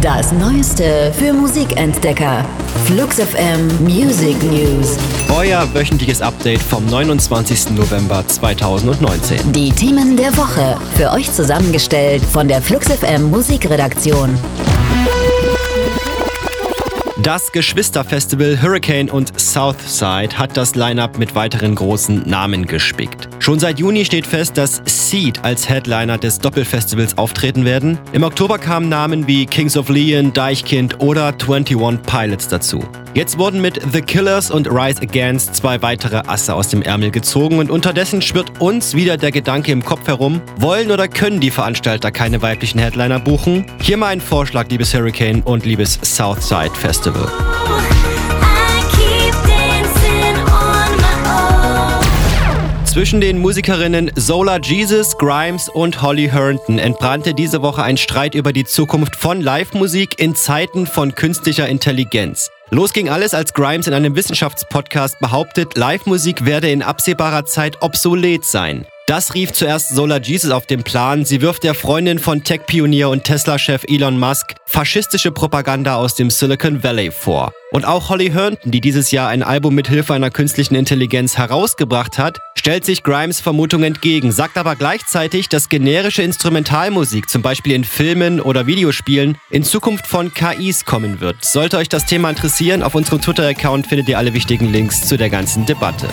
Das Neueste für Musikentdecker. Flux FM Music News. Euer wöchentliches Update vom 29. November 2019. Die Themen der Woche. Für euch zusammengestellt von der Flux FM Musikredaktion. Das Geschwisterfestival Hurricane und Southside hat das Line-Up mit weiteren großen Namen gespickt. Schon seit Juni steht fest, dass Seed als Headliner des Doppelfestivals auftreten werden. Im Oktober kamen Namen wie Kings of Leon, Deichkind oder 21 Pilots dazu. Jetzt wurden mit The Killers und Rise Against zwei weitere Asse aus dem Ärmel gezogen und unterdessen schwirrt uns wieder der Gedanke im Kopf herum, wollen oder können die Veranstalter keine weiblichen Headliner buchen? Hier mal ein Vorschlag, liebes Hurricane und liebes Southside Festival. Zwischen den Musikerinnen Zola Jesus, Grimes und Holly Herndon entbrannte diese Woche ein Streit über die Zukunft von Live-Musik in Zeiten von künstlicher Intelligenz. Los ging alles, als Grimes in einem Wissenschaftspodcast behauptet, Live-Musik werde in absehbarer Zeit obsolet sein. Das rief zuerst Zola Jesus auf den Plan. Sie wirft der Freundin von Tech-Pionier und Tesla-Chef Elon Musk faschistische Propaganda aus dem Silicon Valley vor. Und auch Holly Herndon, die dieses Jahr ein Album mit Hilfe einer künstlichen Intelligenz herausgebracht hat, stellt sich Grimes' Vermutung entgegen, sagt aber gleichzeitig, dass generische Instrumentalmusik, zum Beispiel in Filmen oder Videospielen, in Zukunft von KIs kommen wird. Sollte euch das Thema interessieren, auf unserem Twitter-Account findet ihr alle wichtigen Links zu der ganzen Debatte.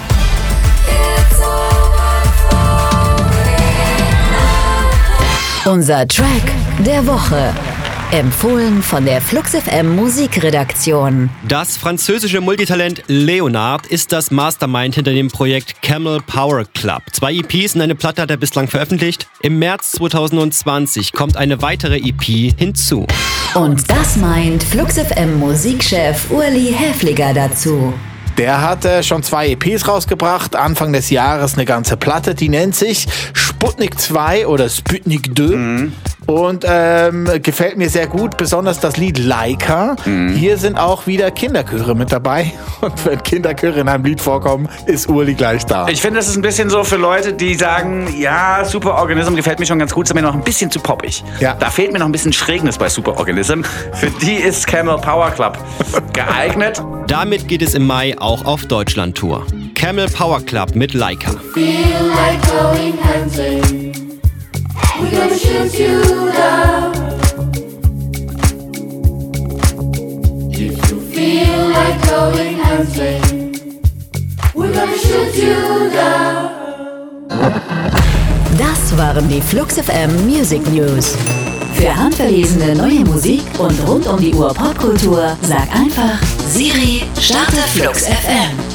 Unser Track der Woche. Empfohlen von der Flux FM Musikredaktion. Das französische Multitalent Leonard ist das Mastermind hinter dem Projekt Camel Power Club. 2 EPs und eine Platte hat er bislang veröffentlicht. Im März 2020 kommt eine weitere EP hinzu. Und das meint Flux FM Musikchef Urli Häfliger dazu. Der hat schon 2 EPs rausgebracht, Anfang des Jahres eine ganze Platte, die nennt sich Sputnik 2 oder Sputnik 2 und gefällt mir sehr gut, besonders das Lied Laika. Hier sind auch wieder Kinderchöre mit dabei und wenn Kinderchöre in einem Lied vorkommen, ist Urli gleich da. Ich finde, das ist ein bisschen so für Leute, die sagen, ja, Superorganism gefällt mir schon ganz gut, ist mir noch ein bisschen zu poppig. Ja. Da fehlt mir noch ein bisschen Schrägnis bei Superorganism. Für die ist Camel Power Club geeignet. Damit geht es im Mai auch auf Deutschland-Tour. Camel Power Club mit Laika. Feel like going hunting. We're gonna shoot you down. If you feel like going hunting, we're gonna shoot you down. Das waren die Flux FM Music News. Für handverlesene neue Musik und rund um die Uhr Popkultur, sag einfach Siri, starte Flux FM.